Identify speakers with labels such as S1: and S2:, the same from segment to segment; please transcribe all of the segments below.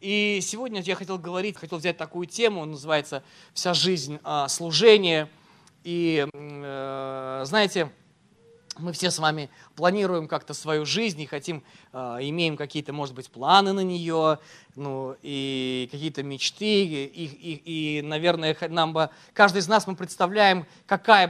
S1: И сегодня я хотел взять такую тему, называется «Вся жизнь служения». И, знаете, мы все с вами планируем как-то свою жизнь и хотим, имеем какие-то, может быть, планы на нее, и какие-то мечты, и, наверное, каждый из нас мы представляем, какой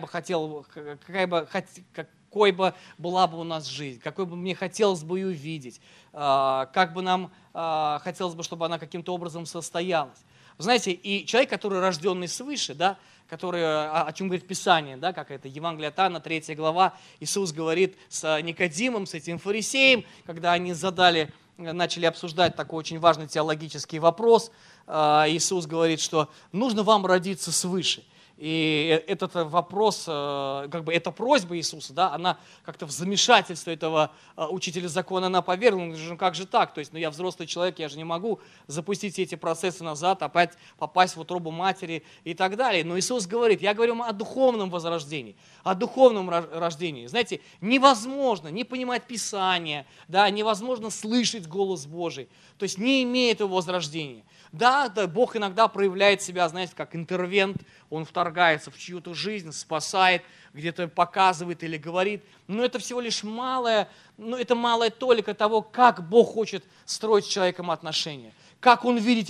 S1: бы была бы у нас жизнь, какой бы мне хотелось бы ее увидеть, как бы нам хотелось бы, чтобы она каким-то образом состоялась. Вы знаете, и человек, который рожденный свыше, да, о чем говорит Писание, да, как это Евангелие от Иоанна, 3 глава, Иисус говорит с Никодимом, с этим фарисеем, когда они начали обсуждать такой очень важный теологический вопрос. Иисус говорит, что нужно вам родиться свыше. И этот вопрос, эта просьба Иисуса, да, она как-то в замешательство этого учителя закона, она повергла. Он говорит, как же так? То есть, я взрослый человек, я же не могу запустить эти процессы назад, опять попасть в утробу матери и так далее. Но Иисус говорит, я говорю о духовном возрождении, о духовном рождении. Знаете, невозможно не понимать Писание, да, невозможно слышать голос Божий, то есть не имея этого возрождения. Да, Бог иногда проявляет себя, знаете, как интервент, Он вторгается в чью-то жизнь, спасает, где-то показывает или говорит, но это всего лишь малая толика того, как Бог хочет строить с человеком отношения, как Он видит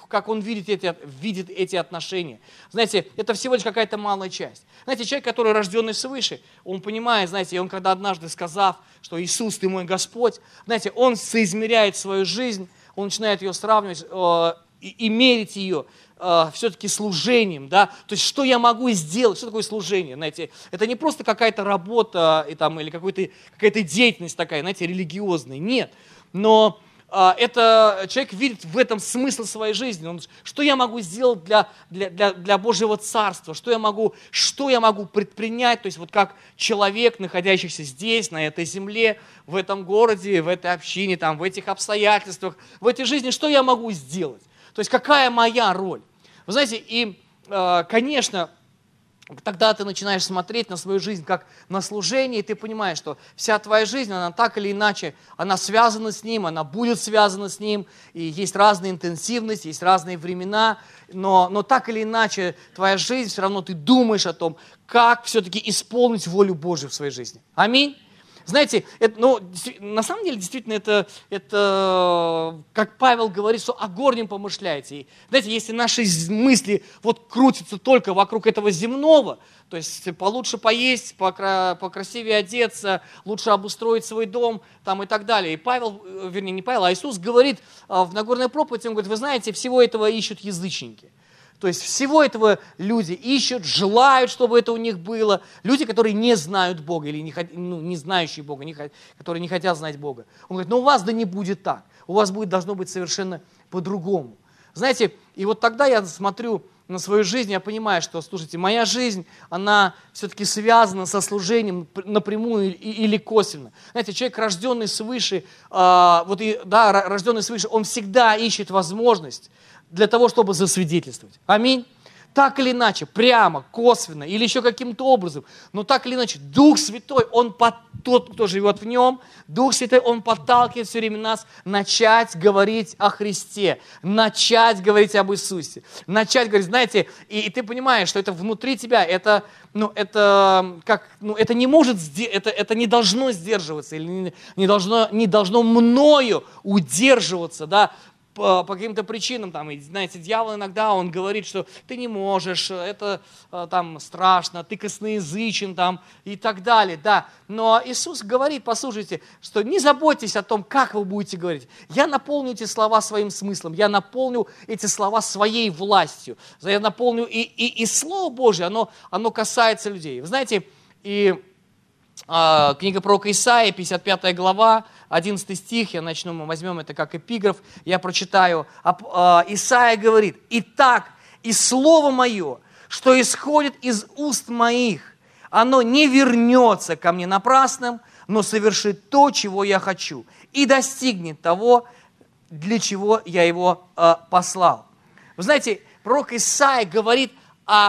S1: эти отношения. Знаете, это всего лишь какая-то малая часть. Знаете, человек, который рожденный свыше, он понимает, знаете, и он когда однажды сказав, что Иисус, Ты мой Господь, знаете, он соизмеряет свою жизнь, он начинает ее сравнивать и мерить ее все-таки служением, да, то есть что я могу сделать, что такое служение, знаете, это не просто какая-то работа или какая-то деятельность такая, знаете, религиозная, нет, но это человек видит в этом смысл своей жизни, что я могу сделать для Божьего Царства, что я могу предпринять, то есть вот как человек, находящийся здесь, на этой земле, в этом городе, в этой общине, в этих обстоятельствах, в этой жизни, что я могу сделать. То есть какая моя роль? Вы знаете, и, конечно, тогда ты начинаешь смотреть на свою жизнь как на служение, и ты понимаешь, что вся твоя жизнь, она так или иначе, она связана с Ним, она будет связана с Ним, и есть разная интенсивность, есть разные времена, но так или иначе твоя жизнь, все равно ты думаешь о том, как все-таки исполнить волю Божью в своей жизни. Аминь. Знаете, на самом деле, действительно, это, как Павел говорит, что о горнем помышляете. И, знаете, если наши мысли крутятся только вокруг этого земного, то есть получше поесть, покрасивее одеться, лучше обустроить свой дом и так далее. И Иисус говорит в Нагорной проповеди, он говорит, вы знаете, всего этого ищут язычники. То есть всего этого люди ищут, желают, чтобы это у них было. Люди, которые не знают Бога, или не знающие Бога, которые не хотят знать Бога. Он говорит, у вас не будет так. У вас должно быть совершенно по-другому. Знаете, и тогда я смотрю на свою жизнь, я понимаю, что, слушайте, моя жизнь, она все-таки связана со служением напрямую или косвенно. Знаете, человек, рожденный свыше, рожденный свыше, он всегда ищет возможность для того, чтобы засвидетельствовать. Аминь. Так или иначе, прямо, косвенно или еще каким-то образом, но так или иначе, Дух Святой, тот, кто живет в нем, Дух Святой, Он подталкивает все время нас начать говорить о Христе, начать говорить об Иисусе, начать говорить, знаете, и ты понимаешь, что это внутри тебя, это не должно сдерживаться, или не должно мною удерживаться, да, по каким-то причинам, и, знаете, дьявол иногда, он говорит, что ты не можешь, это страшно, ты косноязычен, и так далее, да. Но Иисус говорит, послушайте, что не заботьтесь о том, как вы будете говорить. Я наполню эти слова своим смыслом, я наполню эти слова своей властью, я наполню, и Слово Божье, оно касается людей. Вы знаете, и книга пророка Исаии, 55 глава, 11 стих, мы возьмем это как эпиграф, я прочитаю. Исаия говорит, «Итак, и слово мое, что исходит из уст моих, оно не вернется ко мне напрасным, но совершит то, чего я хочу, и достигнет того, для чего я его послал». Вы знаете, пророк Исаия говорит о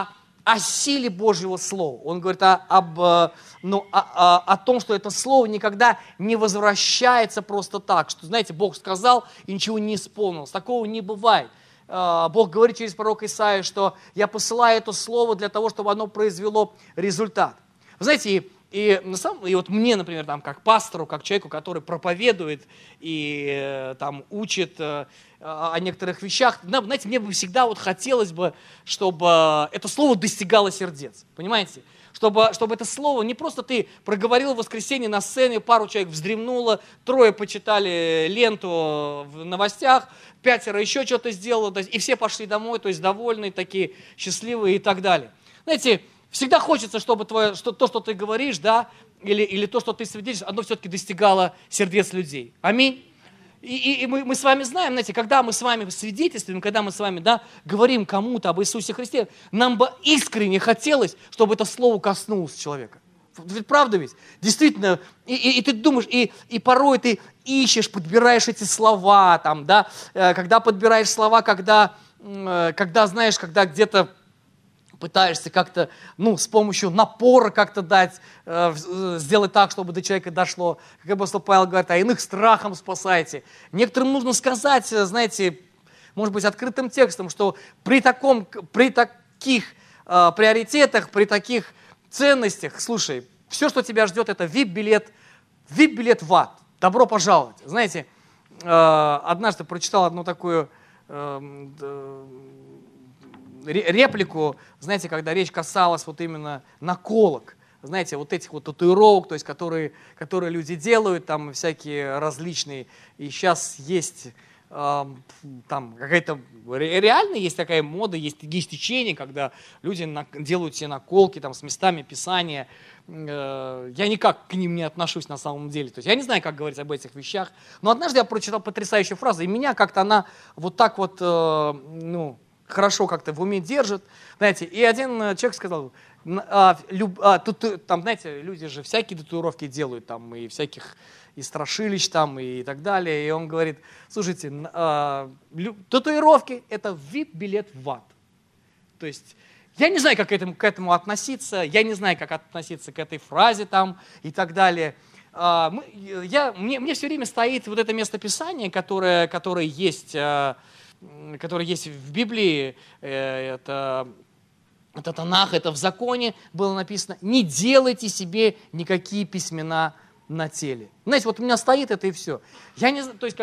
S1: о силе Божьего Слова. Он говорит о том, что это Слово никогда не возвращается просто так. Что, знаете, Бог сказал и ничего не исполнилось. Такого не бывает. Бог говорит через пророка Исаию, что я посылаю это Слово для того, чтобы оно произвело результат. Вы знаете, и вот мне, например, там, как пастору, как человеку, который проповедует и там, учит о некоторых вещах, знаете, мне бы всегда вот хотелось бы, чтобы это слово достигало сердец, понимаете? Чтобы это слово не просто ты проговорил в воскресенье на сцене, пару человек вздремнуло, 3 почитали ленту в новостях, 5 еще что-то сделало, и все пошли домой, то есть довольные, такие счастливые и так далее. Знаете, всегда хочется, чтобы то, что ты говоришь, да, или то, что ты свидетельствуешь, оно все-таки достигало сердец людей. Аминь. И мы с вами знаем, знаете, когда мы с вами свидетельствуем, когда мы с вами, да, говорим кому-то об Иисусе Христе, нам бы искренне хотелось, чтобы это слово коснулось человека. Ведь правда ведь? Действительно, и ты думаешь, и порой ты ищешь, подбираешь эти слова, там, да, когда подбираешь слова, когда знаешь, когда где-то пытаешься как-то, с помощью напора как-то дать, сделать так, чтобы до человека дошло. Как апостол Павел говорит, а иных страхом спасайте. Некоторым нужно сказать, знаете, может быть, открытым текстом, что при таких приоритетах, при таких ценностях, слушай, все, что тебя ждет, это VIP-билет в ад. Добро пожаловать. Знаете, однажды прочитал одну такую реплику, знаете, когда речь касалась вот именно наколок, знаете, вот этих вот татуировок, то есть, которые люди делают, там всякие различные, и сейчас есть там какая-то, реально есть такая мода, есть течение, когда люди делают себе наколки там с местами Писания. Я никак к ним не отношусь на самом деле, то есть я не знаю, как говорить об этих вещах, но однажды я прочитал потрясающую фразу, и меня как-то она вот так вот, хорошо как-то в уме держит, знаете, и один человек сказал, там, знаете, люди же всякие татуировки делают, там, и всяких, и страшилищ, там, и так далее, и он говорит, слушайте, татуировки – это VIP-билет в ад, то есть я не знаю, как к этому относиться, я не знаю, как относиться к этой фразе, там, и так далее. Мне все время стоит вот это местописание, которое есть в Библии, это Танах, это в законе было написано, не делайте себе никакие письмена на теле. Знаете, вот у меня стоит это и все. Я не знаю, то есть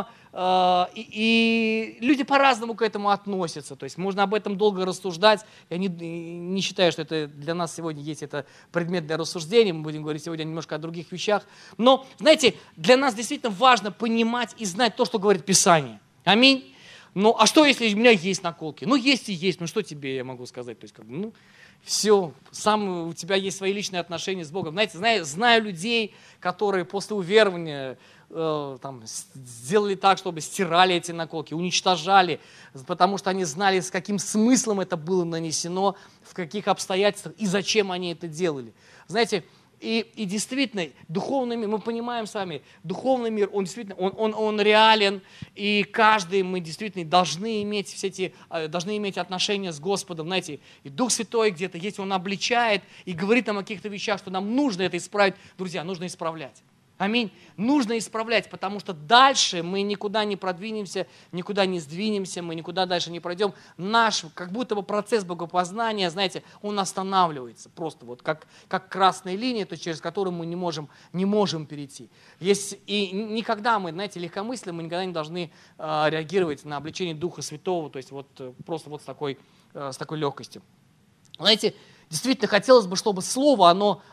S1: и люди по-разному к этому относятся, то есть можно об этом долго рассуждать. Я не считаю, что это для нас сегодня есть это предмет для рассуждения, мы будем говорить сегодня немножко о других вещах. Но, знаете, для нас действительно важно понимать и знать то, что говорит Писание. Аминь. Ну, а что, если у меня есть наколки? Ну, есть и есть, ну, что тебе я могу сказать? То есть, все, у тебя есть свои личные отношения с Богом. Знаете, знаю людей, которые после уверования сделали так, чтобы стирали эти наколки, уничтожали, потому что они знали, с каким смыслом это было нанесено, в каких обстоятельствах и зачем они это делали. Знаете, и действительно, духовный мир, мы понимаем с вами, духовный мир, он действительно, он реален, и каждый мы действительно должны иметь отношения с Господом, знаете, и Дух Святой где-то есть, Он обличает и говорит нам о каких-то вещах, что нам нужно это исправить. Друзья, нужно исправлять. Аминь. Нужно исправлять, потому что дальше мы никуда не продвинемся, никуда не сдвинемся, мы никуда дальше не пройдем. Наш, как будто бы процесс богопознания, знаете, он останавливается. Просто вот как красная линия, то, через которую мы не можем перейти. И никогда мы, знаете, легкомысленно, мы никогда не должны реагировать на обличение Духа Святого, то есть вот просто вот с такой легкостью. Знаете, действительно хотелось бы, чтобы слово, оно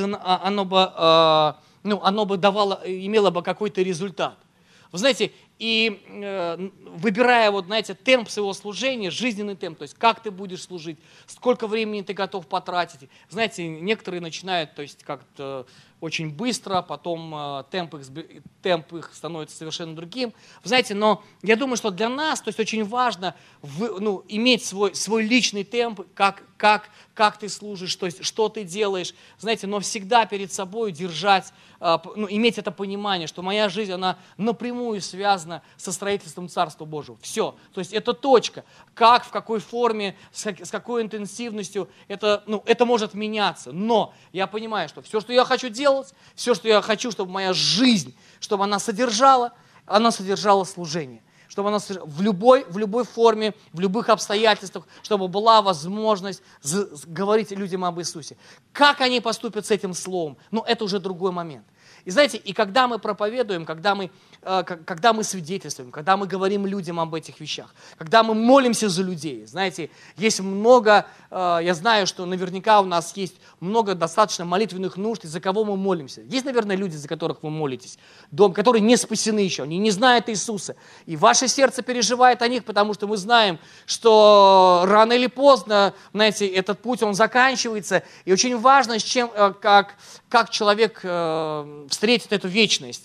S1: бы имело бы какой-то результат. Вы знаете, и выбирая, темп своего служения, жизненный темп, то есть как ты будешь служить, сколько времени ты готов потратить. Знаете, некоторые начинают, то есть как-то очень быстро, потом темп их становится совершенно другим. Вы знаете, но я думаю, что для нас, то есть очень важно иметь свой личный темп, как ты служишь, то есть что ты делаешь, знаете, но всегда перед собой держать, иметь это понимание, что моя жизнь, она напрямую связана со строительством Царства Божьего. Все. То есть это точка. Как, в какой форме, с какой интенсивностью, это может меняться. Но я понимаю, что все, что я хочу делать, все, что я хочу, чтобы моя жизнь, чтобы она содержала служение. Чтобы она в любой форме, в любых обстоятельствах, чтобы была возможность говорить людям об Иисусе. Как они поступят с этим словом, это уже другой момент. И знаете, и когда мы проповедуем, когда мы свидетельствуем, когда мы говорим людям об этих вещах, когда мы молимся за людей, знаете, есть много, я знаю, что наверняка у нас есть много достаточно молитвенных нужд, за кого мы молимся. Есть, наверное, люди, за которых вы молитесь, которые не спасены еще, они не знают Иисуса. И ваше сердце переживает о них, потому что мы знаем, что рано или поздно, знаете, этот путь, он заканчивается. И очень важно, как человек встретит эту вечность,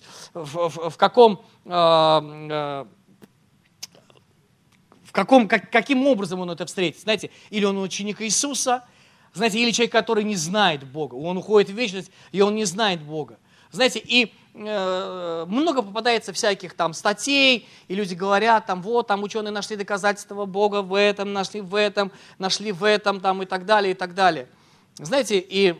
S1: каким образом он это встретит. Знаете, или он ученик Иисуса, знаете, или человек, который не знает Бога. Он уходит в вечность, и он не знает Бога. Знаете, и много попадается всяких там статей, и люди говорят, там ученые нашли доказательства Бога в этом, нашли в этом, там, и так далее, и так далее. Знаете, и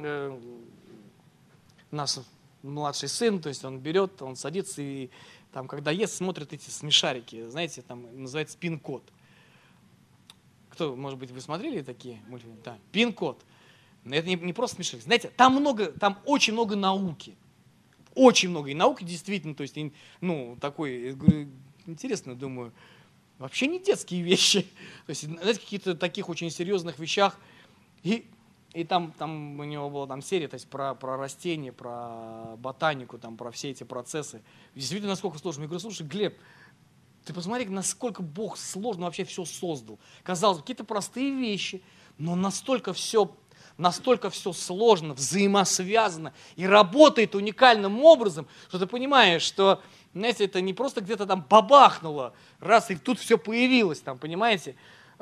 S1: наш младший сын, то есть он берет, он садится и там, когда ест, смотрит эти смешарики, знаете, там называется пин-код. Кто, может быть, вы смотрели такие мультфильмы? Да, пин-код. Но это не просто смешарики. Знаете, там очень много науки. Очень много. И науки действительно, то есть, такой, я говорю, интересно, думаю, вообще не детские вещи. То есть, знаете, какие-то таких очень серьезных вещах. И там у него была серия, то есть про растения, про ботанику, про все эти процессы. Действительно, насколько сложно. Я говорю, слушай, Глеб, ты посмотри, насколько Бог сложно вообще все создал. Казалось бы, какие-то простые вещи, но настолько все сложно, взаимосвязано и работает уникальным образом, что ты понимаешь, что, знаете, это не просто где-то там бабахнуло, раз и тут все появилось, понимаете?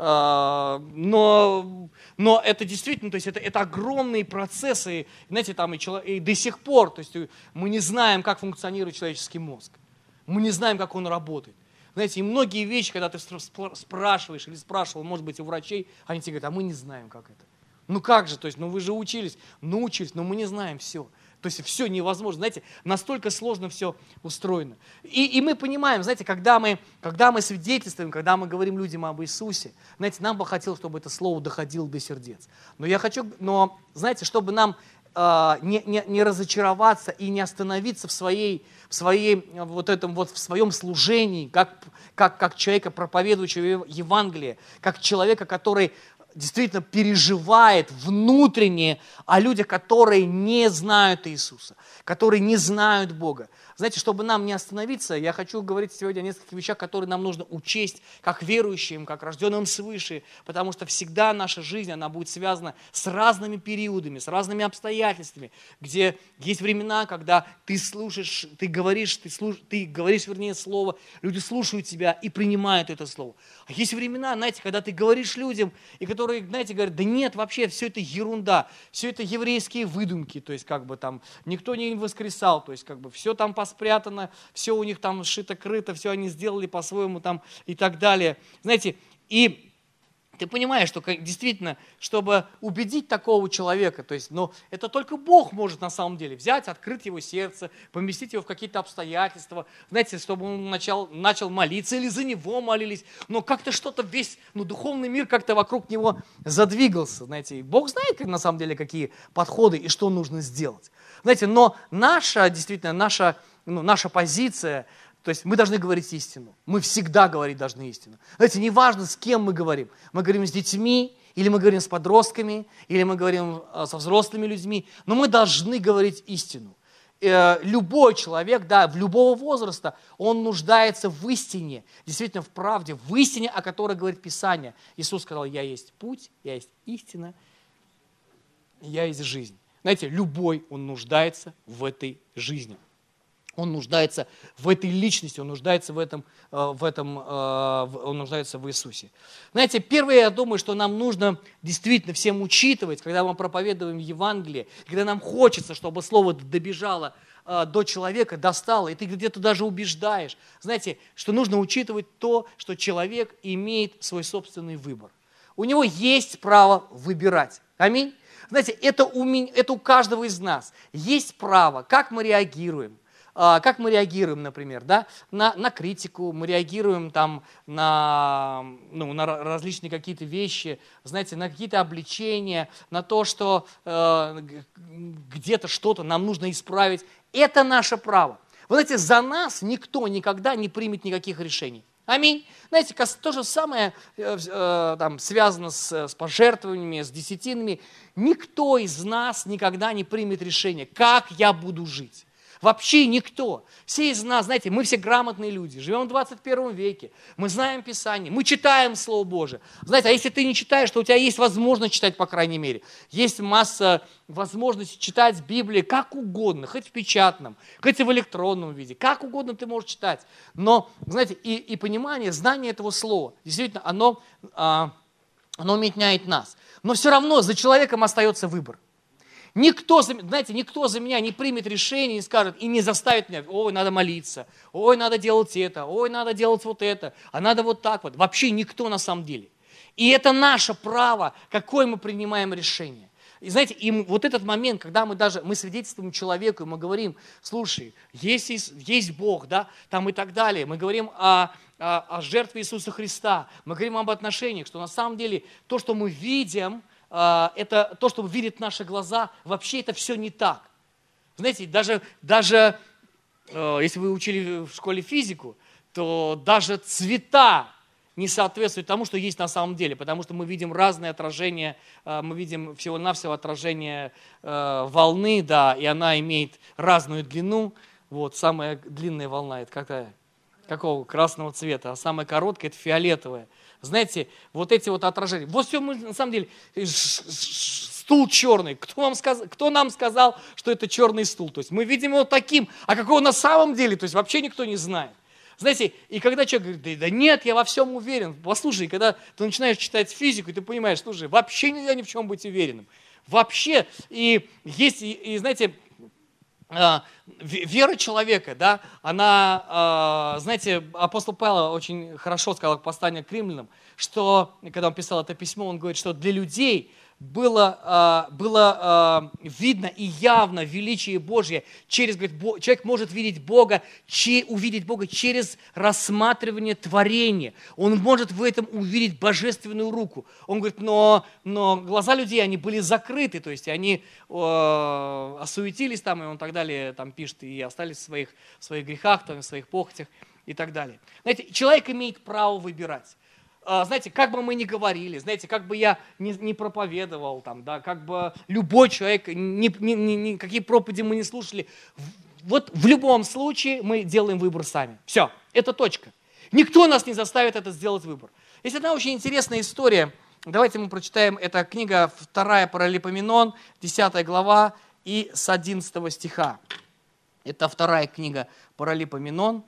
S1: Но это действительно, то есть это огромные процессы, знаете, и до сих пор, то есть мы не знаем, как функционирует человеческий мозг, мы не знаем, как он работает. Знаете, и многие вещи, когда ты спрашиваешь или спрашивал, может быть, у врачей, они тебе говорят, а мы не знаем, как это. Как же, то есть, вы же учились, но мы не знаем все. То есть все невозможно, знаете, настолько сложно все устроено. И мы понимаем, знаете, когда мы свидетельствуем, когда мы говорим людям об Иисусе, знаете, нам бы хотелось, чтобы это слово доходило до сердец. Но знаете, чтобы нам не разочароваться и не остановиться в своем служении, как человека, проповедующего Евангелие, как человека, который действительно переживает внутренне о людях, которые не знают Иисуса, которые не знают Бога. Знаете, чтобы нам не остановиться, я хочу говорить сегодня о нескольких вещах, которые нам нужно учесть, как верующим, как рожденным свыше, потому что всегда наша жизнь, она будет связана с разными периодами, с разными обстоятельствами, где есть времена, когда ты слушаешь, ты говоришь слово, люди слушают тебя и принимают это слово. А есть времена, знаете, когда ты говоришь людям, и которые, знаете, говорят, да нет, вообще все это ерунда, все это еврейские выдумки, то есть никто не воскресал, то есть все там спрятано, все у них там шито-крыто, все они сделали по-своему и так далее. Знаете, и ты понимаешь, что действительно, чтобы убедить такого человека, то есть, это только Бог может на самом деле взять, открыть его сердце, поместить его в какие-то обстоятельства, знаете, чтобы он начал молиться, или за него молились, но как-то что-то весь, духовный мир как-то вокруг него задвигался, знаете, и Бог знает, на самом деле, какие подходы и что нужно сделать. Знаете, но наша позиция, то есть мы должны говорить истину. Мы всегда говорить должны истину. Знаете, неважно, с кем мы говорим. Мы говорим с детьми, или мы говорим с подростками, или мы говорим со взрослыми людьми, но мы должны говорить истину. Любой человек, в любого возраста, он нуждается в истине, действительно в правде, в истине, о которой говорит Писание. Иисус сказал, я есть путь, я есть истина, я есть жизнь. Знаете, любой, он нуждается в этой жизни. Он нуждается в этой личности, он нуждается он нуждается в Иисусе. Знаете, первое, я думаю, что нам нужно действительно всем учитывать, когда мы проповедуем Евангелие, когда нам хочется, чтобы Слово добежало до человека, достало, и ты где-то даже убеждаешь. Знаете, что нужно учитывать то, что человек имеет свой собственный выбор. У него есть право выбирать. Аминь. Знаете, это у каждого из нас есть право, как мы реагируем. Как мы реагируем, например, да, на критику, мы реагируем там, на различные какие-то вещи, знаете, на какие-то обличения, на то, что где-то что-то нам нужно исправить. Это наше право. Вы знаете, за нас никто никогда не примет никаких решений. Аминь. Знаете, то же самое там, связано с пожертвованиями, с десятинами. Никто из нас никогда не примет решение, как я буду жить. Вообще никто. Все из нас, знаете, мы все грамотные люди, живем в 21 веке, мы знаем Писание, мы читаем Слово Божие. Знаете, а если ты не читаешь, то у тебя есть возможность читать, по крайней мере. Есть масса возможностей читать Библию как угодно, хоть в печатном, хоть и в электронном виде, как угодно ты можешь читать. Но, знаете, и понимание, знание этого Слова, действительно, оно меняет нас. Но все равно за человеком остается выбор. Никто за меня не примет решение и скажет, и не заставит меня, ой, надо молиться, ой, надо делать это, ой, надо делать вот это, а надо вот так вот. Вообще никто на самом деле. И это наше право, какое мы принимаем решение. И знаете, вот этот момент, когда мы свидетельствуем человеку, и мы говорим, слушай, есть Бог, да, там и так далее, мы говорим о жертве Иисуса Христа, мы говорим об отношениях, что на самом деле то, что мы видим, это то, что видят наши глаза, вообще это все не так. Знаете, даже если вы учили в школе физику, то даже цвета не соответствуют тому, что есть на самом деле, потому что мы видим разные отражения, мы видим всего-навсего отражение волны, да, и она имеет разную длину. Вот, самая длинная волна, это какого красного цвета, а самая короткая, это фиолетовая. Знаете, вот эти вот отражения. Вот все мы, на самом деле, стул черный. Кто нам сказал, что это черный стул? То есть мы видим его таким, а какой он на самом деле, то есть вообще никто не знает. Знаете, и когда человек говорит, да нет, я во всем уверен. Послушай, когда ты начинаешь читать физику, и ты понимаешь, слушай, вообще нельзя ни в чем быть уверенным. Вообще, и знаете, вера человека, да, она, знаете, апостол Павел очень хорошо сказал в послании к римлянам, что, когда он писал это письмо, он говорит, что для людей было видно и явно величие Божье. Человек может увидеть Бога через рассматривание творения. Он может в этом увидеть божественную руку. Он говорит, но глаза людей, они были закрыты, то есть они осуетились там, и он так далее там пишет, и остались в своих грехах, там, в своих похотях и так далее. Знаете, человек имеет право выбирать. Знаете, как бы мы ни говорили, знаете, как бы я не проповедовал, там, да, как бы любой человек, какие проповеди мы не слушали, вот в любом случае мы делаем выбор сами. Все, это точка. Никто нас не заставит это сделать выбор. Есть одна очень интересная история, давайте мы прочитаем, это книга 2 Паралипоменон, 10 глава и с 11 стиха. Это 2 книга Паралипоменон,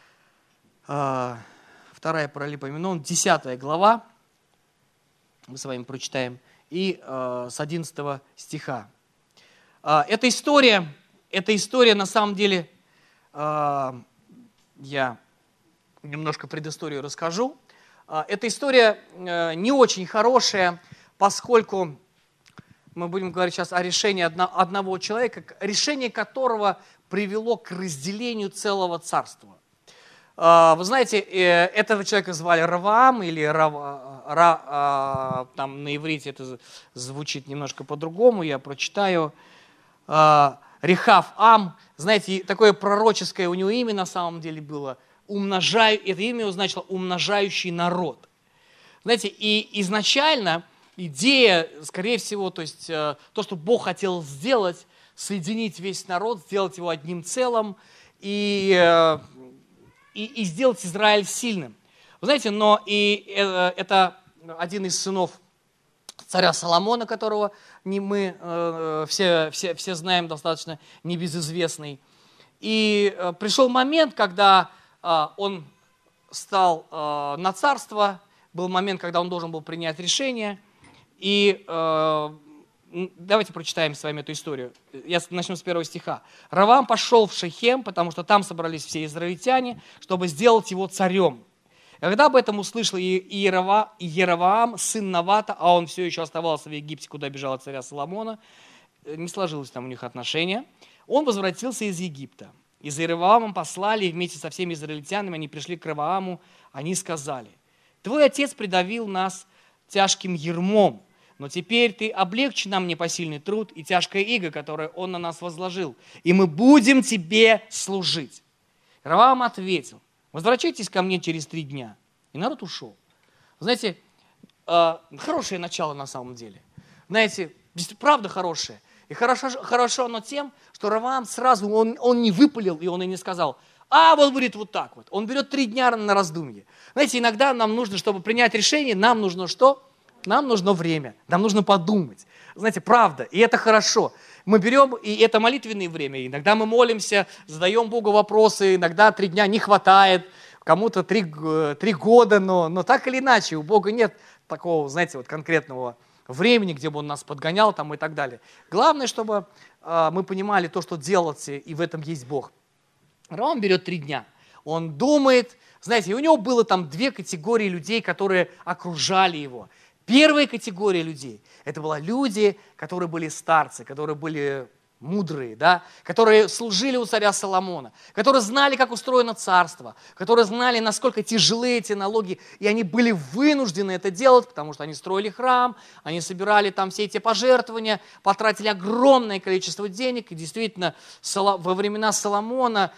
S1: 2 Паралипоменон, 10 глава, мы с вами прочитаем, и с 11 стиха. Эта история на самом деле, я немножко предысторию расскажу. Эта история не очень хорошая, поскольку мы будем говорить сейчас о решении одного человека, решение которого привело к разделению целого царства. Вы знаете, этого человека звали Раваам, или там на иврите это звучит немножко по-другому, я прочитаю. Рехав-Ам, знаете, такое пророческое у него имя на самом деле было, это имя значило «умножающий народ». Знаете, и изначально идея, скорее всего, то есть то, что Бог хотел сделать, соединить весь народ, сделать его одним целым, и сделать Израиль сильным. Вы знаете, но это один из сынов царя Соломона, которого мы все знаем, достаточно небезызвестный. И пришел момент, когда он стал на царство, был момент, когда он должен был принять решение. И давайте прочитаем с вами эту историю. Я начну с 1 стиха. Ровоам пошел в Шехем, потому что там собрались все израильтяне, чтобы сделать его царем. Когда об этом услышал Иеровоам, сын Навата, а он все еще оставался в Египте, куда бежал от царя Соломона, не сложилось там у них отношения, он возвратился из Египта. И за Иеровоамом послали, и вместе со всеми израильтянами они пришли к Ровоаму, они сказали: «Твой отец придавил нас тяжким ярмом, но теперь ты облегчи нам непосильный труд и тяжкое иго, которое он на нас возложил, и мы будем тебе служить». Ровоам ответил: «Возвращайтесь ко мне через 3 дня». И народ ушел. Знаете, хорошее начало на самом деле. Знаете, правда хорошее. И хорошо оно тем, что Ровоам сразу, он не выпалил, и он и не сказал: вот будет вот так вот. Он берет 3 дня на раздумье. Знаете, иногда нам нужно, чтобы принять решение, нам нужно что? Нам нужно время, нам нужно подумать. Знаете, правда, и это хорошо. Мы берем, и это молитвенное время, иногда мы молимся, задаем Богу вопросы, иногда 3 дня не хватает, кому-то 3 года, но так или иначе, у Бога нет такого, знаете, вот конкретного времени, где бы Он нас подгонял там и так далее. Главное, чтобы мы понимали то, что делать, и в этом есть Бог. Ровоам берет 3 дня, он думает, знаете, и у него было там 2 категории людей, которые окружали его. Первая категория людей – это были люди, которые были старцы, которые были мудрые, да, которые служили у царя Соломона, которые знали, как устроено царство, которые знали, насколько тяжелы эти налоги, и они были вынуждены это делать, потому что они строили храм, они собирали там все эти пожертвования, потратили огромное количество денег, и действительно во времена Соломона,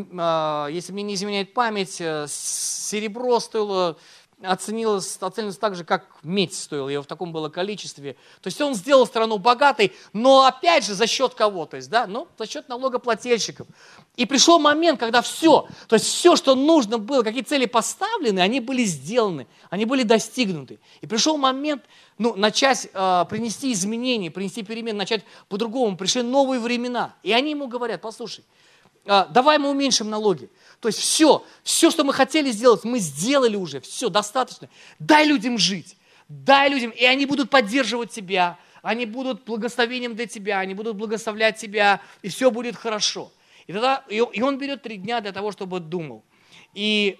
S1: если мне не изменяет память, серебро стоило... Оценилось так же, как медь стоила, ее в таком было количестве. То есть он сделал страну богатой, но опять же за счет кого? То есть, да, за счет налогоплательщиков. И пришел момент, когда все, то есть все, что нужно было, какие цели поставлены, они были сделаны, они были достигнуты. И пришел момент, начать принести изменения, принести перемены, начать по-другому. Пришли новые времена. И они ему говорят: послушай, давай мы уменьшим налоги. То есть все, что мы хотели сделать, мы сделали уже, все, достаточно. Дай людям жить, дай людям, и они будут поддерживать тебя, они будут благословением для тебя, они будут благословлять тебя, и все будет хорошо. И тогда он берет 3 дня для того, чтобы думал. И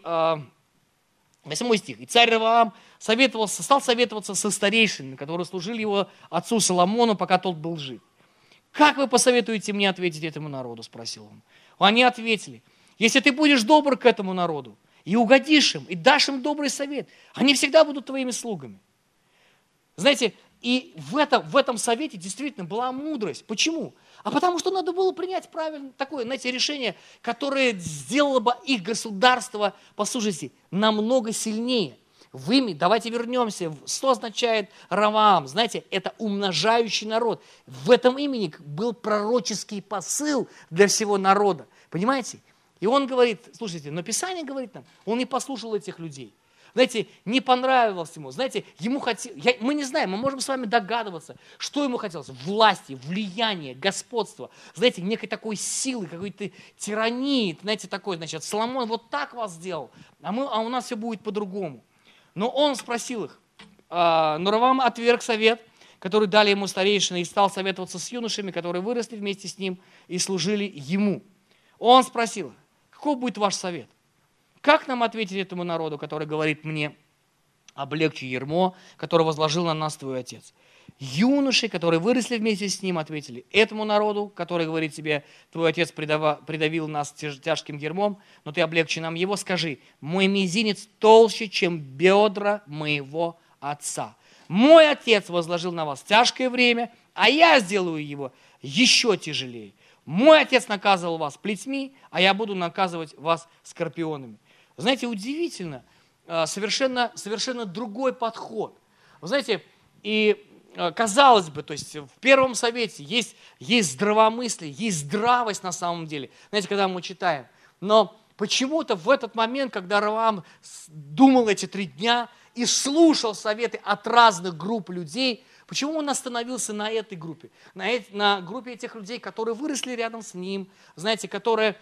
S1: 8 стих. «И царь Ровоам стал советоваться со старейшинами, которые служили его отцу Соломону, пока тот был жив. «Как вы посоветуете мне ответить этому народу?» – спросил он. Они ответили: «Если ты будешь добр к этому народу, и угодишь им, и дашь им добрый совет, они всегда будут твоими слугами». Знаете, и в этом совете действительно была мудрость. Почему? А потому что надо было принять правильное такое, знаете, решение, которое сделало бы их государство, послушайте, намного сильнее. Давайте вернемся, что означает Ровоам? Знаете, это умножающий народ. В этом имени был пророческий посыл для всего народа. Понимаете? И он говорит, слушайте, но Писание говорит нам, он не послушал этих людей. Знаете, не понравилось ему. Знаете, ему хотелось, мы не знаем, мы можем с вами догадываться, что ему хотелось. Власти, влияния, господства. Знаете, некой такой силы, какой-то тирании. Знаете, такой, значит, Соломон вот так вас сделал, а у нас все будет по-другому. Но он спросил их, но Ровоам отверг совет, который дали ему старейшины, и стал советоваться с юношами, которые выросли вместе с ним и служили ему. Он спросил: каков будет ваш совет? Как нам ответить этому народу, который говорит мне: облегчи ярмо, которое возложил на нас твой отец? Юноши, которые выросли вместе с ним, ответили этому народу, который говорит тебе: твой отец придавил нас тяжким ярмом, но ты облегчи нам его, скажи: мой мизинец толще, чем бедра моего отца. Мой отец возложил на вас тяжкое время, а я сделаю его еще тяжелее. Мой отец наказывал вас плетьми, а я буду наказывать вас скорпионами. Знаете, удивительно, совершенно другой подход. Вы знаете, и казалось бы, то есть в Первом Совете есть здравомыслие, есть здравость на самом деле, знаете, когда мы читаем. Но почему-то в этот момент, когда Ровоам думал эти 3 дня и слушал советы от разных групп людей, Почему он остановился на этой группе? На группе этих людей, которые выросли рядом с ним, знаете, которые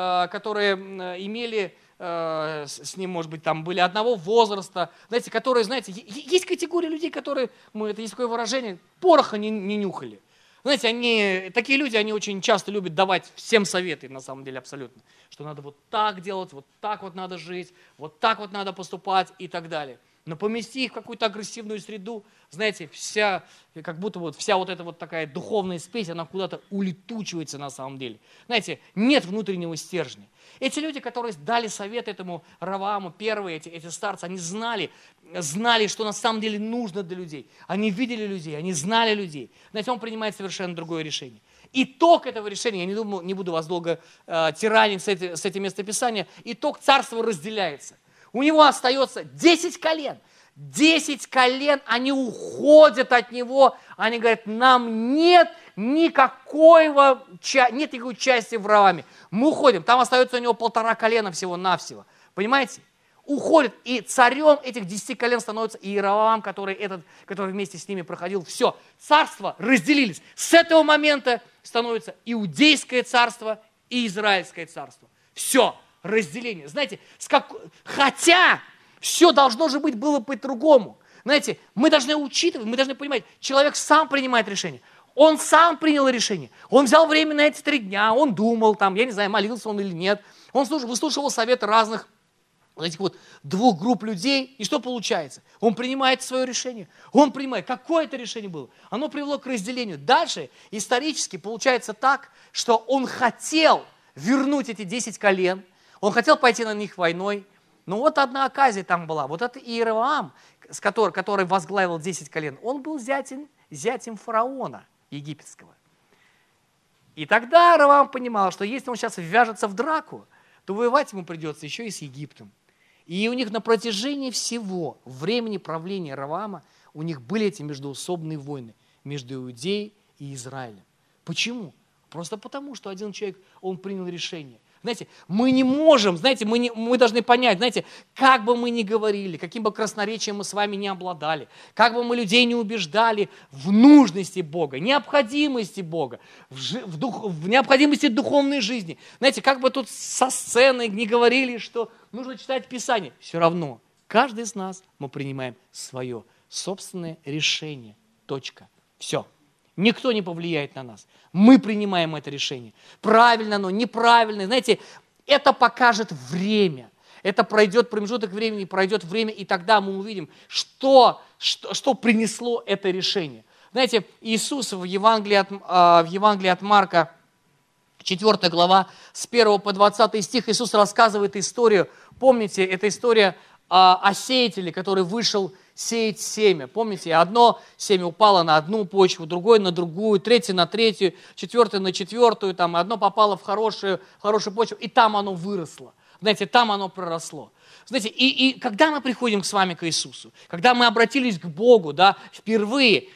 S1: имели с ним, может быть, там были одного возраста, знаете, которые, знаете, есть категория людей, которые, это есть такое выражение, пороха не нюхали. Знаете, такие люди, они очень часто любят давать всем советы, на самом деле, абсолютно, что надо вот так делать, вот так вот надо жить, вот так вот надо поступать и так далее. Но помести их в какую-то агрессивную среду, знаете, как будто вот вся вот эта вот такая духовная спесь, она куда-то улетучивается на самом деле. Знаете, нет внутреннего стержня. Эти люди, которые дали совет этому Равааму, первые эти старцы, они знали, что на самом деле нужно для людей. Они видели людей, они знали людей. Знаете, он принимает совершенно другое решение. Итог этого решения, я не буду вас долго тиранить с этим местописанием, итог царства разделяется. У него остается 10 колен. 10 колен, они уходят от него, они говорят, нам нет никакой части в Равааме. Мы уходим, там остается у него 1,5 колена всего-навсего. Понимаете? Уходит, и царем этих 10 колен становится Иеровоам, который вместе с ними проходил. Все, царства разделились. С этого момента становится Иудейское царство и Израильское царство. Все, разделение. Знаете, хотя все должно же было по-другому. Знаете, мы должны учитывать, мы должны понимать, человек сам принимает решение. Он сам принял решение. Он взял время на эти 3 дня, он думал, я не знаю, молился он или нет. Он выслушивал советы разных этих 2 групп людей. И что получается? Он принимает свое решение. Он принимает. Какое это решение было? Оно привело к разделению. Дальше исторически получается так, что он хотел вернуть эти 10 колен. Он хотел пойти на них войной. Но вот одна оказия там была. Вот это Иеровоам, который возглавил 10 колен, он был зятем фараона египетского. И тогда Раваам понимал, что если он сейчас ввяжется в драку, то воевать ему придется еще и с Египтом. И у них на протяжении всего времени правления Раваама у них были эти междоусобные войны между Иудеей и Израилем. Почему? Просто потому, что один человек, он принял решение. Знаете, мы не можем, знаете, мы должны понять, знаете, как бы мы ни говорили, каким бы красноречием мы с вами не обладали, как бы мы людей не убеждали в нужности Бога, необходимости Бога, в необходимости духовной жизни. Знаете, как бы тут со сцены не говорили, что нужно читать Писание, все равно каждый из нас мы принимаем свое собственное решение. Точка. Все. Никто не повлияет на нас. Мы принимаем это решение. Правильно оно, неправильно. Знаете, это покажет время. Это пройдет промежуток времени, пройдет время, и тогда мы увидим, что принесло это решение. Знаете, Иисус в Евангелии от Марка, 4 глава, с 1 по 20 стих, Иисус рассказывает историю. Помните, это история о сеятеле, который вышел сеять семя. Помните, одно семя упало на одну почву, другое на другую, третье на третью, четвертое на четвертую, одно попало в хорошую почву, и там оно выросло. Знаете, там оно проросло. Знаете, и когда мы приходим с вами к Иисусу, когда мы обратились к Богу, впервые,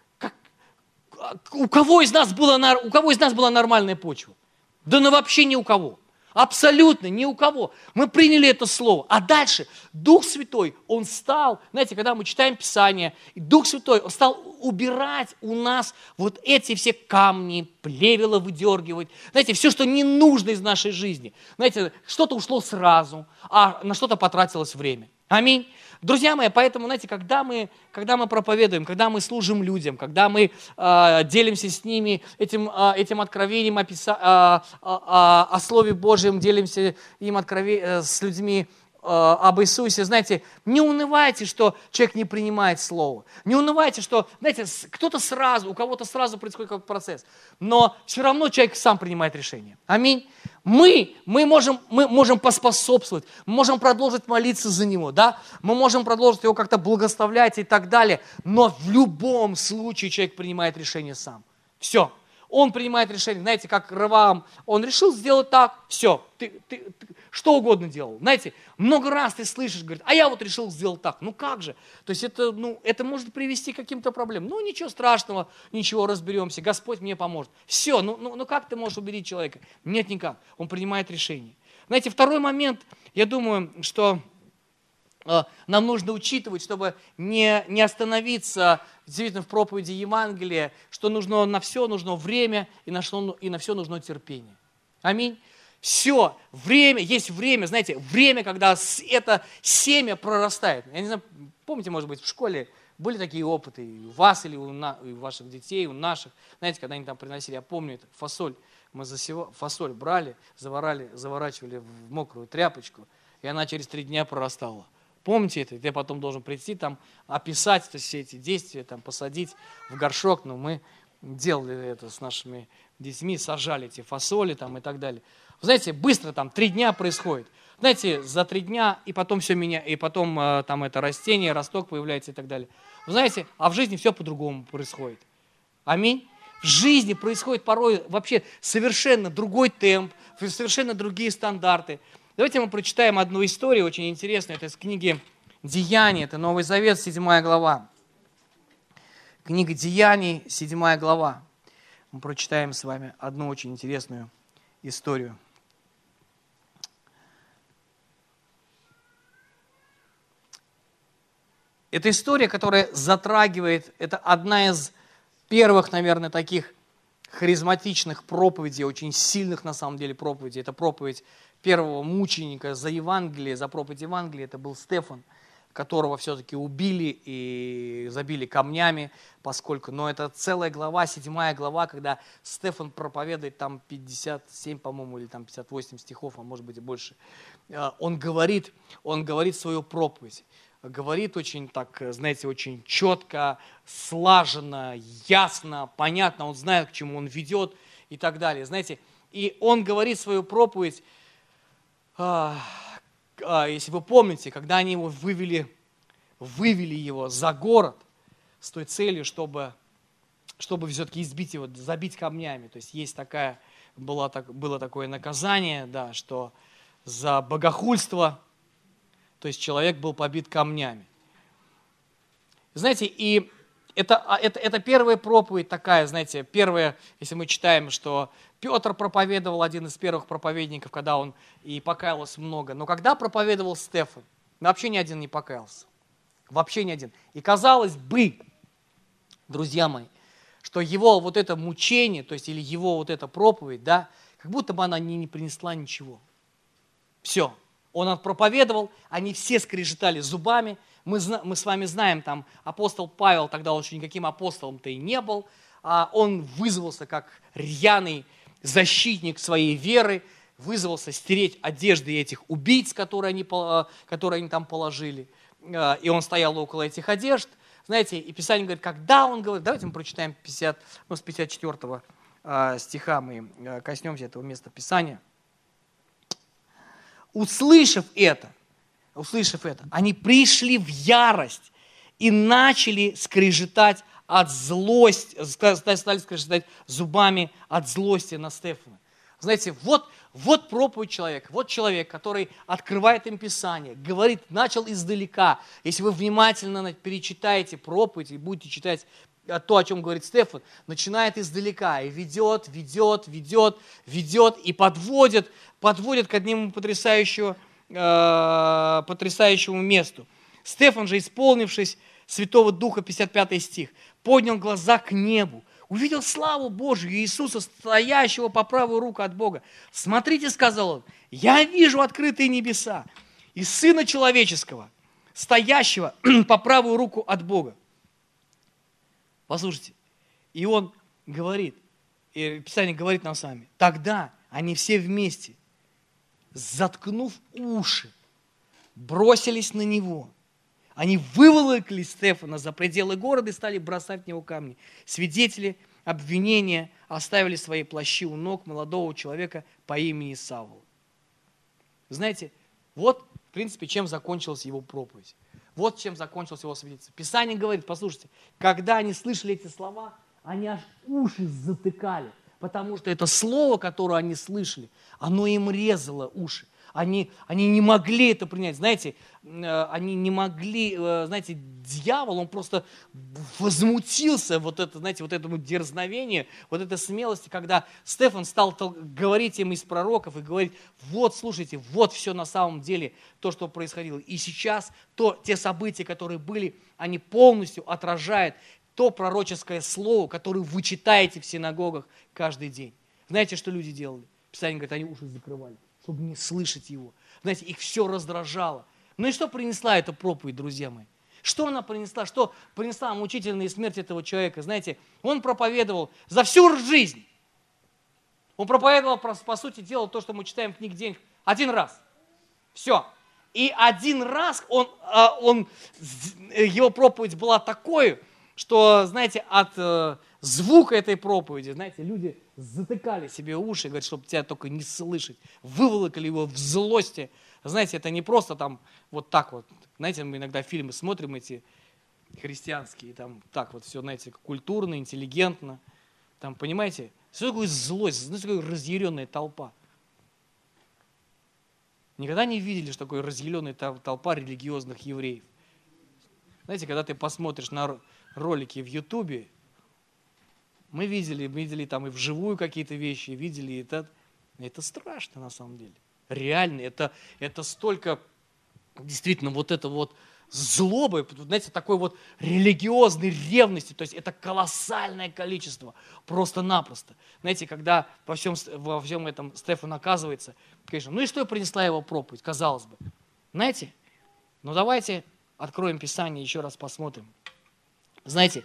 S1: у кого из нас была нормальная почва? Да вообще ни у кого. Абсолютно ни у кого. Мы приняли это слово. А дальше Дух Святой, Он стал, знаете, когда мы читаем Писание, Дух Святой, Он стал убирать у нас вот эти все камни, плевела выдергивать. Знаете, все, что не нужно из нашей жизни. Знаете, что-то ушло сразу, а на что-то потратилось время. Аминь. Друзья мои, поэтому, знаете, когда мы проповедуем, когда мы служим людям, когда мы делимся с ними этим откровением о Слове Божьем, делимся им с людьми об Иисусе, знаете, не унывайте, что человек не принимает Слово. Не унывайте, что, знаете, у кого-то сразу происходит какой-то процесс, но все равно человек сам принимает решение. Аминь. Мы можем поспособствовать, мы можем продолжить молиться за него, мы можем продолжить его как-то благословлять и так далее, но в любом случае человек принимает решение сам. Все. Он принимает решение, знаете, как Раваам, он решил сделать так, все, ты что угодно делал. Знаете, много раз ты слышишь, говорит, а я вот решил сделать так. Ну как же? То есть это может привести к каким-то проблемам. Ну ничего страшного, ничего, разберемся, Господь мне поможет. Все, как ты можешь убедить человека? Нет, никак. Он принимает решение. Знаете, второй момент, я думаю, что нам нужно учитывать, чтобы не остановиться действительно в проповеди Евангелия, что на все нужно время и на все нужно терпение. Аминь. Все, время, есть время, знаете, время, когда это семя прорастает. Я не знаю, помните, может быть, в школе были такие опыты и у вас или у ваших детей, у наших. Знаете, когда они там приносили, я помню, это фасоль. Мы фасоль брали, заворачивали в мокрую тряпочку, и она через 3 дня прорастала. Помните это? Ты потом должен прийти, там, описать все эти действия, там, посадить в горшок. Но мы делали это с нашими детьми, сажали эти фасоли там, и так далее. Вы знаете, быстро там 3 дня происходит. Знаете, за 3 дня, и потом все меняется, и потом там это растение, росток появляется и так далее. Вы знаете, а в жизни все по-другому происходит. Аминь. В жизни происходит порой вообще совершенно другой темп, совершенно другие стандарты. Давайте мы прочитаем одну историю, очень интересную. Это из книги «Деяния», это Новый Завет, 7 глава. Книга «Деяний», 7 глава. Мы прочитаем с вами одну очень интересную историю. Это история, которая затрагивает, это одна из первых, наверное, таких харизматичных проповедей, очень сильных на самом деле проповедей. Это проповедь первого мученика за Евангелие, за проповедь Евангелия, это был Стефан, которого все-таки убили и забили камнями, но это целая глава, 7 глава, когда Стефан проповедует, там 57, по-моему, или там 58 стихов, а может быть и больше. Он говорит свою проповедь. Говорит очень так, знаете, очень четко, слаженно, ясно, понятно, он знает, к чему он ведет и так далее, знаете. И он говорит свою проповедь, если вы помните, когда они его вывели его за город с той целью, чтобы все-таки избить его, забить камнями. То есть было такое наказание, да, что за богохульство, то есть человек был побит камнями. Знаете, и это первая проповедь такая, знаете, первая, если мы читаем, что Петр проповедовал, один из первых проповедников, когда он и покаялся много. Но когда проповедовал Стефан, вообще ни один не покаялся. Вообще ни один. И казалось бы, друзья мои, что его вот это мучение, то есть или его вот эта проповедь, да, как будто бы она не принесла ничего. Все. Он проповедовал, они все скрежетали зубами. Мы с вами знаем, там апостол Павел, тогда он еще никаким апостолом-то и не был, он вызвался как рьяный защитник своей веры, вызвался стереть одежды этих убийц, которые они там положили. И он стоял около этих одежд. Знаете, и Писание говорит, когда он говорит, давайте мы прочитаем с 54 стиха, мы коснемся этого места Писания. Услышав это, они пришли в ярость и начали скрежетать от злости, стали скрежетать зубами от злости на Стефана. Знаете, вот проповедь человека, вот человек, который открывает им Писание, говорит, начал издалека. Если вы внимательно перечитаете проповедь и будете читать то, о чем говорит Стефан, начинает издалека и ведет, и подводит к одному потрясающему месту. Стефан же, исполнившись Святого Духа, 55 стих, поднял глаза к небу, увидел славу Божию Иисуса, стоящего по правую руку от Бога. «Смотрите, — сказал он, — я вижу открытые небеса и Сына Человеческого, стоящего по правую руку от Бога». Послушайте, и он говорит, и Писание говорит нам с вами, тогда они все вместе, заткнув уши, бросились на него. Они выволокли Стефана за пределы города и стали бросать в него камни. Свидетели обвинения оставили свои плащи у ног молодого человека по имени Савл. Знаете, вот, в принципе, чем закончилась его проповедь. Вот чем закончилось его свидетельство. Писание говорит, послушайте, когда они слышали эти слова, они аж уши затыкали, потому что это слово, которое они слышали, оно им резало уши. Они не могли это принять. Знаете, они не могли, знаете, дьявол, он просто возмутился вот это, знаете, вот этому дерзновению, вот этой смелости, когда Стефан стал говорить им из пророков и говорить: вот, слушайте, вот все на самом деле то, что происходило. И сейчас те события, которые были, они полностью отражают то пророческое слово, которое вы читаете в синагогах каждый день. Знаете, что люди делали? Писание говорит, они уши закрывали, чтобы не слышать его. Знаете, их все раздражало. Ну и что принесла эта проповедь, друзья мои? Что она принесла? Что принесла мучительная смерть этого человека? Знаете, он проповедовал за всю жизнь. Он проповедовал, по сути дела, то, что мы читаем в книге «День», один раз. Все. И один раз его проповедь была такой, что, знаете, от звука этой проповеди, знаете, люди затыкали себе уши, говорят, чтобы тебя только не слышать. Выволокли его в злости. Знаете, это не просто там вот так вот. Знаете, мы иногда фильмы смотрим эти христианские, там так вот все, знаете, культурно, интеллигентно. Там, понимаете, что такое злость, знаете, такое разъяренная толпа. Никогда не видели, что такое разъяренная толпа религиозных евреев. Знаете, когда ты посмотришь на ролики в Ютубе, мы видели там и вживую какие-то вещи, видели это страшно на самом деле. Реально, это столько действительно вот это вот злобы, знаете, такой вот религиозной ревности, то есть это колоссальное количество, просто-напросто. Знаете, когда во всем этом Стефан оказывается, конечно, ну и что принесла его проповедь, казалось бы. Знаете, ну давайте откроем Писание, еще раз посмотрим. Знаете,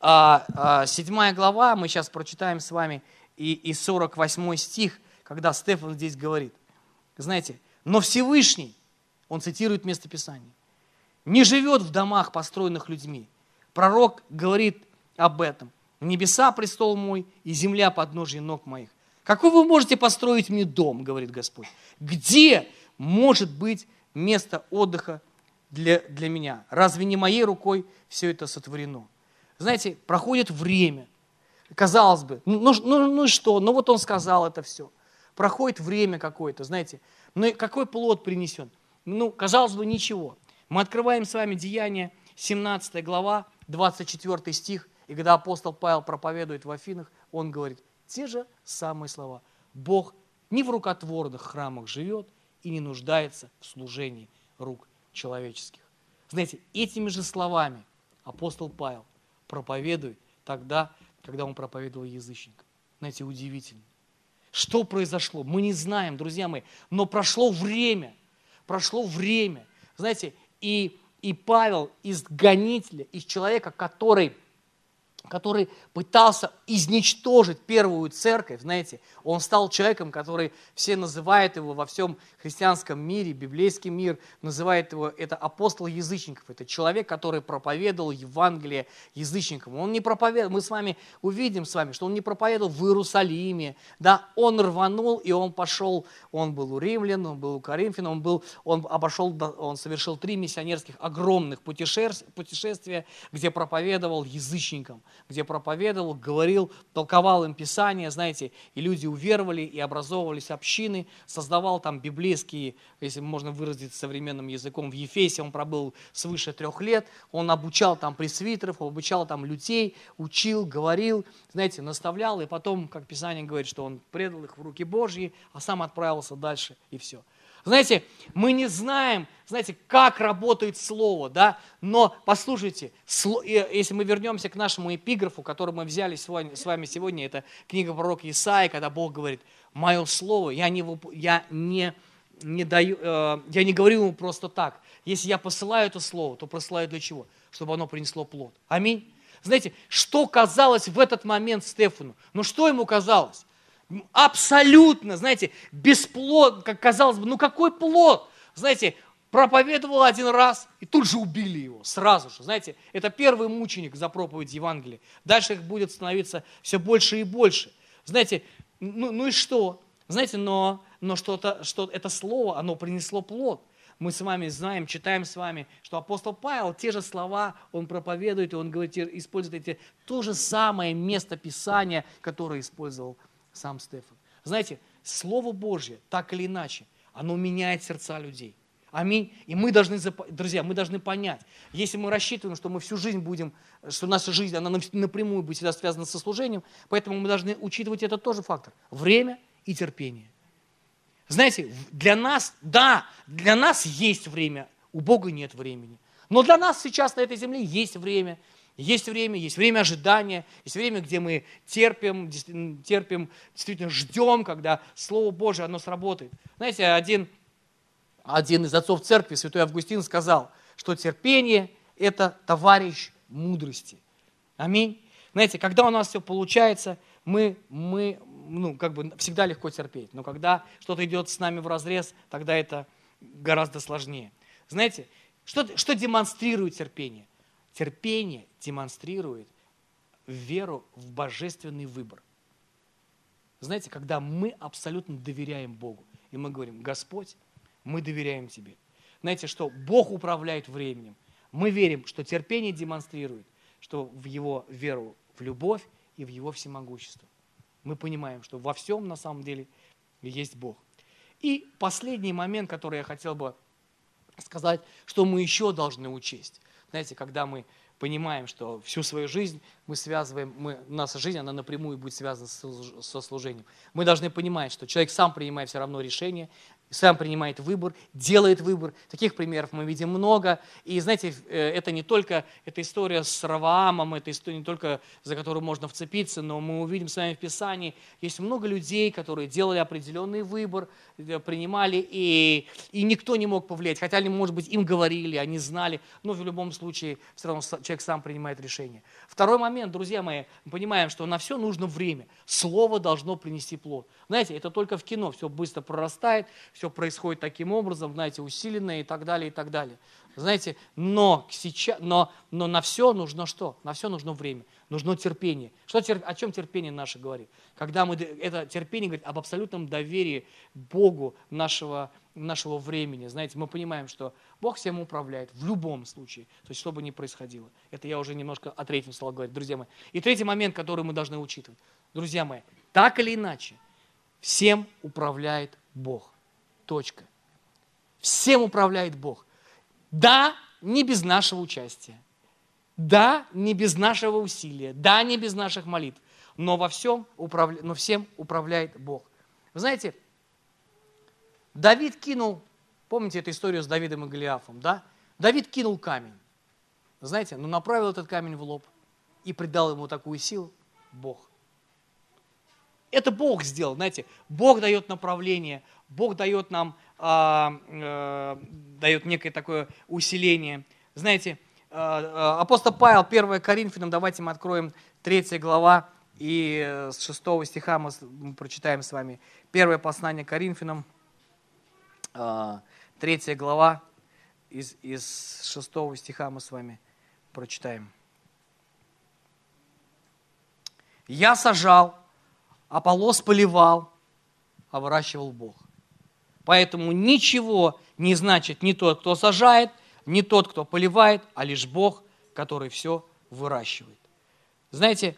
S1: 7 глава, мы сейчас прочитаем с вами, и 48 стих, когда Стефан здесь говорит. Знаете, но Всевышний, он цитирует место Писания, не живет в домах, построенных людьми. Пророк говорит об этом. Небеса престол мой, и земля подножие ног моих. Какой вы можете построить мне дом, говорит Господь? Где может быть место отдыха для меня? Разве не моей рукой все это сотворено? Знаете, проходит время. Казалось бы, ну что, ну вот он сказал это все. Проходит время какое-то, знаете, ну и какой плод принесен? Ну, казалось бы, ничего. Мы открываем с вами Деяния, 17 глава, 24 стих, и когда апостол Павел проповедует в Афинах, он говорит те же самые слова. Бог не в рукотворных храмах живет и не нуждается в служении рук человеческих. Знаете, этими же словами апостол Павел проповедует тогда, когда он проповедовал язычникам. Знаете, удивительно. Что произошло? Мы не знаем, друзья мои, но прошло время. Знаете, и Павел из гонителя, из человека, который пытался изничтожить первую церковь, знаете, он стал человеком, который все называют его во всем христианском мире, библейский мир, называет его, это апостол язычников, это человек, который проповедовал Евангелие язычникам. Он не проповедовал, мы с вами увидим с вами, что он не проповедовал в Иерусалиме, да, он рванул и он пошел, он был у римлян, он был у коринфян, он совершил 3 миссионерских огромных путешествия, где проповедовал язычникам, где проповедовал, говорил, толковал им Писание, знаете, и люди уверовали, и образовывались общины, создавал там библейские, если можно выразиться современным языком, в Ефесе он пробыл свыше 3 лет, он обучал там пресвитеров, обучал там людей, учил, говорил, знаете, наставлял, и потом, как Писание говорит, что он предал их в руки Божьи, а сам отправился дальше, и все. Знаете, мы не знаем, знаете, как работает слово, да, но послушайте, если мы вернемся к нашему эпиграфу, который мы взяли с вами сегодня, это книга пророка Исаии, когда Бог говорит, мое слово, я не говорю ему просто так. Если я посылаю это слово, то посылаю для чего? Чтобы оно принесло плод. Аминь. Знаете, что казалось в этот момент Стефану? Ну что ему казалось? Абсолютно, знаете, бесплод, как казалось бы, ну какой плод? Знаете, проповедовал один раз, и тут же убили его, сразу же. Знаете, это первый мученик за проповедь Евангелия. Дальше их будет становиться все больше и больше. Знаете, ну и что? Знаете, но что это слово, оно принесло плод. Мы с вами знаем, читаем с вами, что апостол Павел, те же слова он проповедует, и он говорит, использует то же самое место Писания, которое использовал сам Стефан. Знаете, Слово Божье, так или иначе, Оно меняет сердца людей. Аминь. И мы должны, друзья, мы должны понять, если мы рассчитываем, что мы всю жизнь будем, что наша жизнь, она напрямую будет всегда связана со служением, поэтому мы должны учитывать этот тоже фактор. Время и терпение. Знаете, для нас, да, для нас есть время, у Бога нет времени. Но для нас сейчас на этой земле есть время. Есть время ожидания, есть время, где мы терпим, действительно ждем, когда Слово Божие, оно сработает. Знаете, один из отцов церкви, святой Августин, сказал, что терпение – это товарищ мудрости. Аминь. Знаете, когда у нас все получается, мы всегда легко терпеть. Но когда что-то идет с нами вразрез, тогда это гораздо сложнее. Знаете, что демонстрирует терпение? Терпение демонстрирует веру в божественный выбор. Знаете, когда мы абсолютно доверяем Богу, и мы говорим: Господь, мы доверяем Тебе. Знаете, что Бог управляет временем. Мы верим, что терпение демонстрирует, что в Его веру в любовь и в Его всемогущество. Мы понимаем, что во всем на самом деле есть Бог. И последний момент, который я хотел бы сказать, что мы еще должны учесть. Знаете, когда мы понимаем, что всю свою жизнь мы связываем, наша жизнь, она напрямую будет связана со служением. Мы должны понимать, что человек сам принимает все равно решение, сам принимает выбор, делает выбор. Таких примеров мы видим много. И знаете, это не только эта история с Раваамом, это история не только, за которую можно вцепиться, но мы увидим с вами в Писании, есть много людей, которые делали определенный выбор, принимали, и никто не мог повлиять. Хотя, может быть, им говорили, они знали, но в любом случае все равно человек сам принимает решение. Второй момент, друзья мои, мы понимаем, что на все нужно время. Слово должно принести плод. Знаете, это только в кино все быстро прорастает, все происходит таким образом, знаете, усиленно и так далее, и так далее. Знаете, но на все нужно что? На все нужно время, нужно терпение. О чем терпение наше говорит? Когда это терпение говорит об абсолютном доверии Богу нашего времени. Знаете, мы понимаем, что Бог всем управляет в любом случае, то есть что бы ни происходило. Это я уже немножко о третьем стал говорить, друзья мои. И третий момент, который мы должны учитывать. Друзья мои, так или иначе, всем управляет Бог. Точка. Всем управляет Бог. Да, не без нашего участия. Да, не без нашего усилия. Да, не без наших молитв. Но всем управляет Бог. Вы знаете, Давид кинул, помните эту историю с Давидом и Голиафом, да? Давид кинул камень. Знаете, но направил этот камень в лоб и придал ему такую силу Бог. Это Бог сделал, знаете, Бог дает направление, Бог дает нам, дает некое такое усиление. Знаете, апостол Павел, 1 Коринфянам, давайте мы откроем 3 глава, и с 6 стиха мы прочитаем с вами. Первое послание Коринфянам, 3 глава, из 6 стиха мы с вами прочитаем. «Я сажал, Аполлос поливал, а выращивал Бог. Поэтому ничего не значит ни тот, кто сажает, ни тот, кто поливает, а лишь Бог, который все выращивает». Знаете,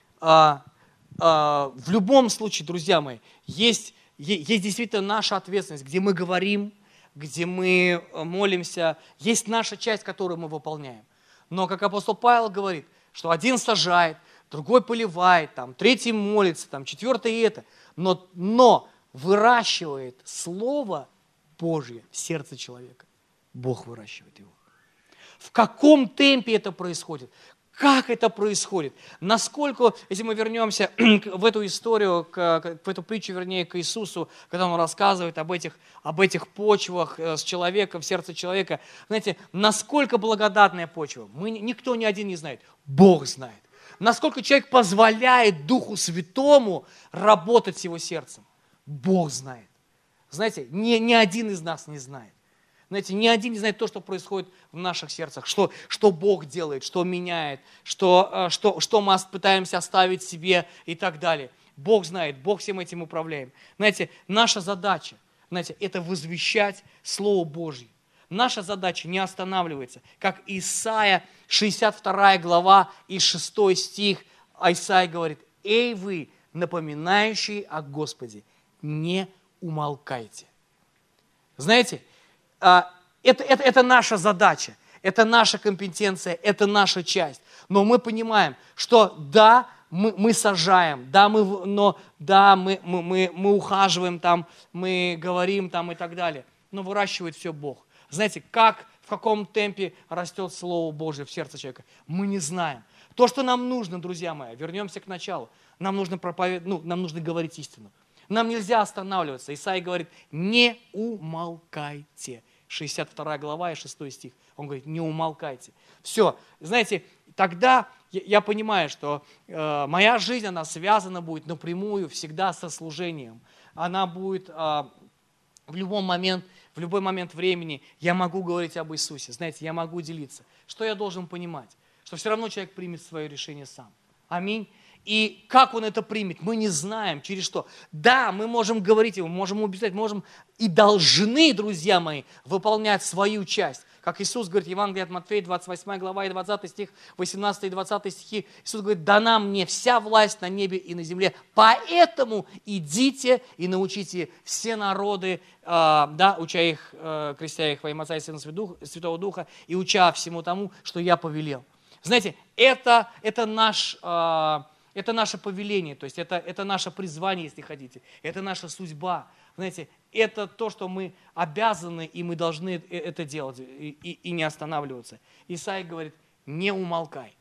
S1: в любом случае, друзья мои, есть действительно наша ответственность, где мы говорим, где мы молимся, есть наша часть, которую мы выполняем. Но, как апостол Павел говорит, что один сажает, другой поливает, третий молится, четвертый это, но выращивает Слово Божье в сердце человека. Бог выращивает его. В каком темпе это происходит? Как это происходит? Насколько, если мы вернемся в эту историю, в эту притчу, вернее, к Иисусу, когда Он рассказывает об этих почвах с человеком, в сердце человека, знаете, насколько благодатная почва, никто ни один не знает, Бог знает. Насколько человек позволяет Духу Святому работать с его сердцем, Бог знает. Знаете, ни один из нас не знает. Знаете, ни один не знает то, что происходит в наших сердцах, что Бог делает, что меняет, что мы пытаемся оставить себе и так далее. Бог знает, Бог всем этим управляет. Знаете, наша задача, это возвещать Слово Божье. Наша задача не останавливается. Как Исайя, 62 глава и 6 стих, Исайя говорит: «Эй вы, напоминающие о Господе, не умолкайте». Знаете, это наша задача, это наша компетенция, это наша часть. Но мы понимаем, что да, мы сажаем, да, мы ухаживаем там, мы говорим там и так далее, но выращивает все Бог. Знаете, в каком темпе растет Слово Божье в сердце человека, мы не знаем. То, что нам нужно, друзья мои, вернемся к началу, нам нужно нам нужно говорить истину. Нам нельзя останавливаться. Исаия говорит, не умолкайте. 62 глава и 6 стих. Он говорит, не умолкайте. Все, знаете, тогда я понимаю, что моя жизнь, она связана будет напрямую всегда со служением. Она будет в любой момент времени, я могу говорить об Иисусе. Знаете, я могу делиться. Что я должен понимать? Что все равно человек примет свое решение сам. Аминь. И как он это примет, мы не знаем, через что. Да, мы можем говорить ему, можем убеждать, можем и должны, друзья мои, выполнять свою часть. Как Иисус говорит, Евангелие от Матфея, 28 глава и 20 стих, 18 и 20 стихи. Иисус говорит, дана мне вся власть на небе и на земле, поэтому идите и научите все народы, уча их, крестя их во имя Отца и Сына Святого Духа, и уча всему тому, что я повелел. Знаете, это наше повеление, то есть это наше призвание, если хотите, это наша судьба. Знаете, это то, что мы обязаны, и мы должны это делать, и не останавливаться. Исаия говорит, не умолкай.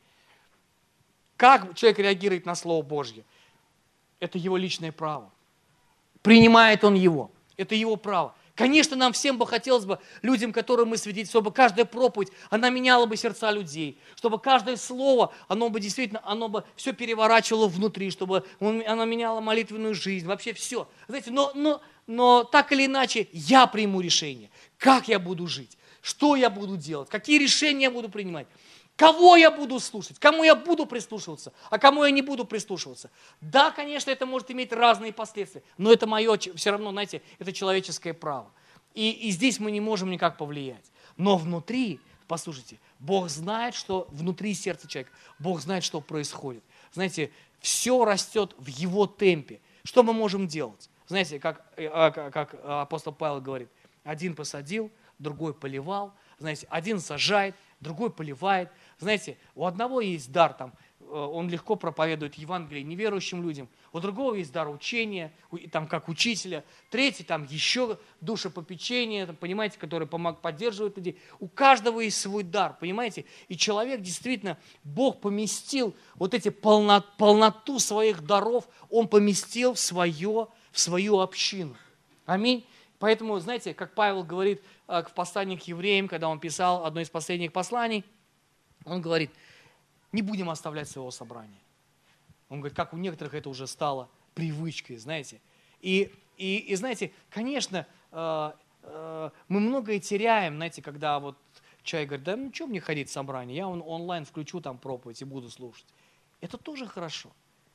S1: Как человек реагирует на Слово Божье? Это его личное право. Принимает он его. Это его право. Конечно, нам всем бы хотелось бы, людям, которым мы свидетельствуем, чтобы каждая проповедь, она меняла бы сердца людей, чтобы каждое слово, оно бы все переворачивало внутри, чтобы оно меняло молитвенную жизнь, вообще все. Знаете, но так или иначе я приму решение, как я буду жить, что я буду делать, какие решения я буду принимать. Кого я буду слушать, кому я буду прислушиваться, а кому я не буду прислушиваться. Да, конечно, это может иметь разные последствия, но это мое, все равно, знаете, это человеческое право. И здесь мы не можем никак повлиять. Но внутри, послушайте, Бог знает, что внутри сердца человека, Бог знает, что происходит. Знаете, все растет в Его темпе. Что мы можем делать? Знаете, как апостол Павел говорит, один посадил, другой поливал, знаете, один сажает, другой поливает. Знаете, у одного есть дар, он легко проповедует Евангелие неверующим людям, у другого есть дар учения, как учителя, третий еще душепопечение, понимаете, который поддерживает людей. У каждого есть свой дар, понимаете? И человек действительно, Бог поместил вот эти полноту своих даров, Он поместил в свою общину. Аминь. Поэтому, знаете, как Павел говорит в послании к евреям, когда он писал одно из последних посланий, он говорит, не будем оставлять своего собрания. Он говорит, как у некоторых это уже стало привычкой, знаете. И знаете, конечно, мы многое теряем, знаете, когда вот человек говорит, да ну что мне ходить в собрание, я онлайн включу там проповедь и буду слушать. Это тоже хорошо.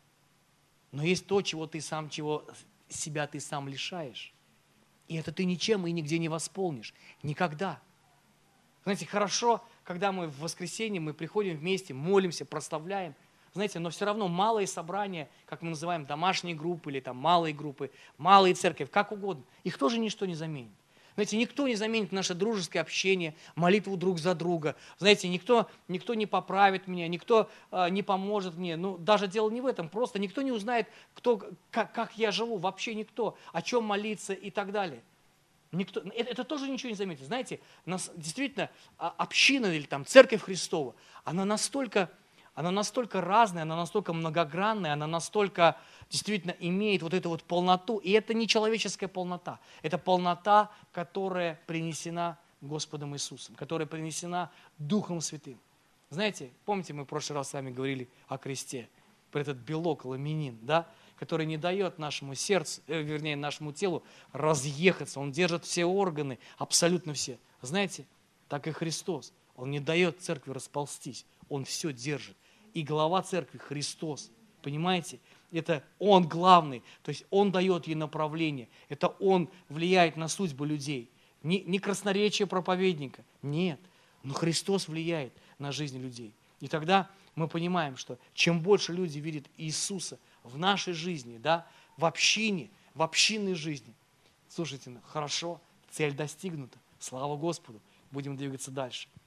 S1: Но есть то, чего себя ты сам лишаешь. И это ты ничем и нигде не восполнишь. Никогда. Знаете, хорошо, когда мы в воскресенье, мы приходим вместе, молимся, прославляем. Знаете, но все равно малые собрания, как мы называем, домашние группы или малые группы, малые церкви, как угодно, их тоже ничто не заменит. Знаете, никто не заменит наше дружеское общение, молитву друг за друга. Знаете, никто не поправит меня, никто не поможет мне. Даже дело не в этом, просто никто не узнает, как я живу, вообще никто, о чем молиться и так далее. Это тоже ничего не заметит. Знаете, действительно, община или церковь Христова, она настолько разная, она настолько многогранная, она настолько действительно имеет вот эту вот полноту. И это не человеческая полнота, это полнота, которая принесена Господом Иисусом, которая принесена Духом Святым. Знаете, помните, мы в прошлый раз с вами говорили о кресте, про этот белок, ламинин, да? Который не дает нашему сердцу, нашему телу разъехаться. Он держит все органы, абсолютно все. Знаете, так и Христос. Он не дает церкви расползтись. Он все держит. И глава церкви Христос. Понимаете? Это Он главный. То есть Он дает ей направление. Это Он влияет на судьбу людей. Не красноречие проповедника. Нет. Но Христос влияет на жизнь людей. И тогда мы понимаем, что чем больше люди видят Иисуса в нашей жизни, да, в общине, в общинной жизни, слушайте, хорошо, Цель достигнута. Слава Господу. Будем двигаться дальше.